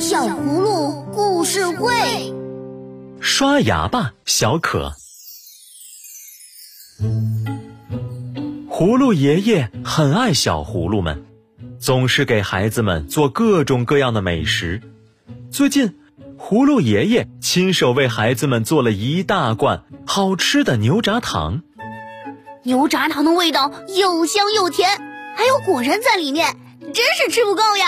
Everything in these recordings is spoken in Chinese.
小葫芦故事会。 刷牙吧，小可。葫芦爷爷很爱小葫芦们，总是给孩子们做各种各样的美食。最近，葫芦爷爷亲手为孩子们做了一大罐好吃的牛轧糖。 牛轧糖的味道又香又甜，还有果仁在里面，真是吃不够呀！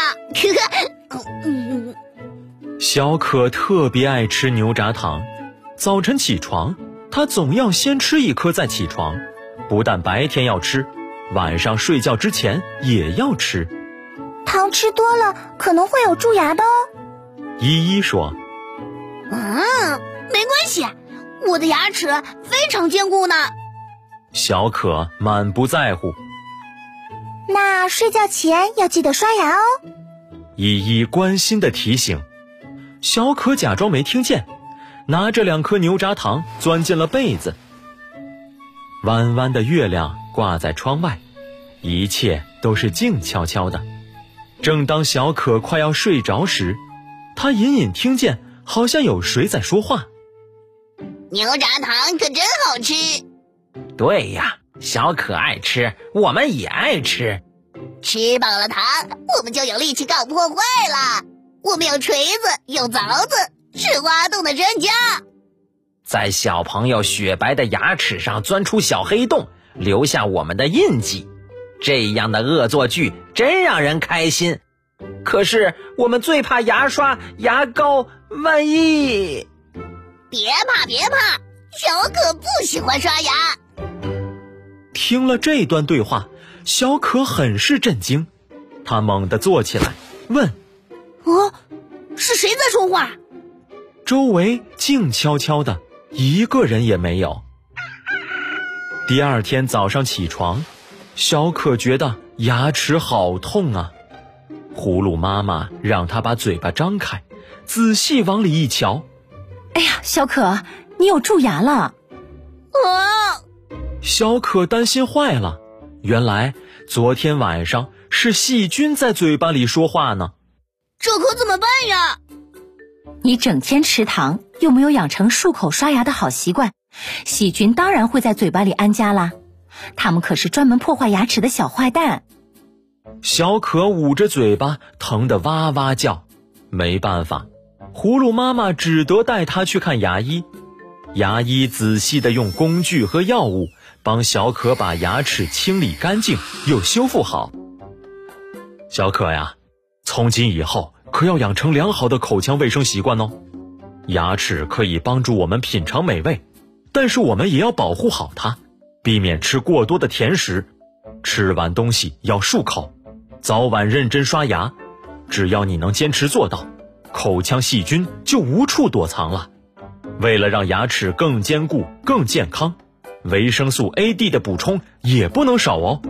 小可特别爱吃牛轧糖，早晨起床，他总要先吃一颗再起床，不但白天要吃，晚上睡觉之前也要吃。 糖吃多了可能会有蛀牙的哦。 依依说： 没关系，我的牙齿非常坚固呢。 小可满不在乎。 那睡觉前要记得刷牙哦。 依依关心地提醒。小可假装没听见，拿着2颗牛轧糖钻进了被子。弯弯的月亮挂在窗外，一切都是静悄悄的。正当小可快要睡着时，他隐隐听见好像有谁在说话。 牛轧糖可真好吃。 对呀，小可爱吃，我们也爱吃。 吃饱了糖，我们就有力气搞破坏了。我们有锤子，有凿子，是挖洞的专家。 在小朋友雪白的牙齿上钻出小黑洞，留下我们的印记。这样的恶作剧真让人开心。可是我们最怕牙刷、牙膏，万一…… 别怕，小可不喜欢刷牙。 听了这段对话，小可很是震惊，他猛地坐起来，问： 是谁在说话？ 周围静悄悄的，一个人也没有。第二天早上起床，小可觉得牙齿好痛啊。葫芦妈妈让他把嘴巴张开，仔细往里一瞧。 哎呀，小可，你有蛀牙了。 小可担心坏了，原来昨天晚上是细菌在嘴巴里说话呢。 这可怎么办呀？ 你整天吃糖，又没有养成漱口刷牙的好习惯，细菌当然会在嘴巴里安家啦。它们可是专门破坏牙齿的小坏蛋。 小可捂着嘴巴，疼得哇哇叫。没办法，葫芦妈妈只得带她去看牙医。牙医仔细地用工具和药物帮小可把牙齿清理干净又修复好。小可呀，从今以后可要养成良好的口腔卫生习惯哦。牙齿可以帮助我们品尝美味，但是我们也要保护好它，避免吃过多的甜食。吃完东西要漱口，早晚认真刷牙。只要你能坚持做到，口腔细菌就无处躲藏了。为了让牙齿更坚固、更健康，维生素 AD 的补充也不能少哦。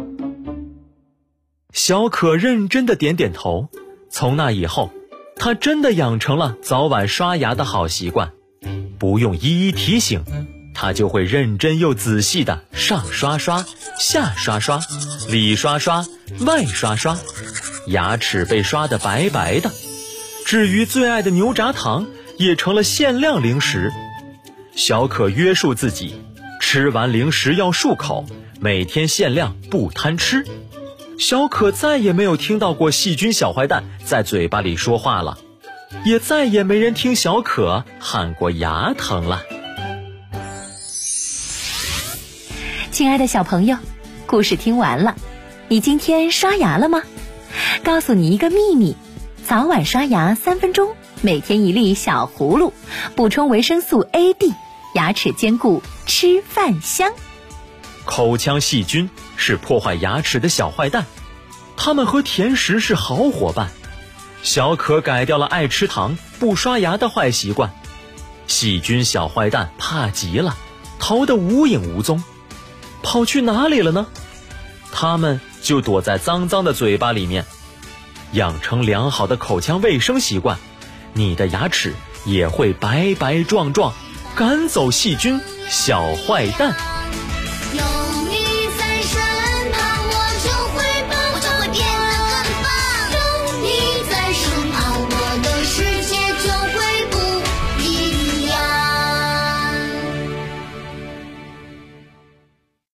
小可认真地点点头，从那以后，他真的养成了早晚刷牙的好习惯。不用一一提醒，他就会认真又仔细地上刷刷、下刷刷、里刷刷、外刷刷，牙齿被刷得白白的。至于最爱的牛轧糖，也成了限量零食。小可约束自己，吃完零食要漱口，每天限量，不贪吃。小可再也没有听到过细菌小坏蛋在嘴巴里说话了，也再也没人听小可喊过牙疼了。 亲爱的小朋友，故事听完了，你今天刷牙了吗？告诉你一个秘密，早晚刷牙3分钟，每天1粒小葫芦，补充维生素 AD， 牙齿坚固，吃饭香。 口腔细菌是破坏牙齿的小坏蛋，它们和甜食是好伙伴。小可改掉了爱吃糖、不刷牙的坏习惯，细菌小坏蛋怕极了，逃得无影无踪。跑去哪里了呢？它们就躲在脏脏的嘴巴里面。养成良好的口腔卫生习惯，你的牙齿也会白白壮壮，赶走细菌小坏蛋。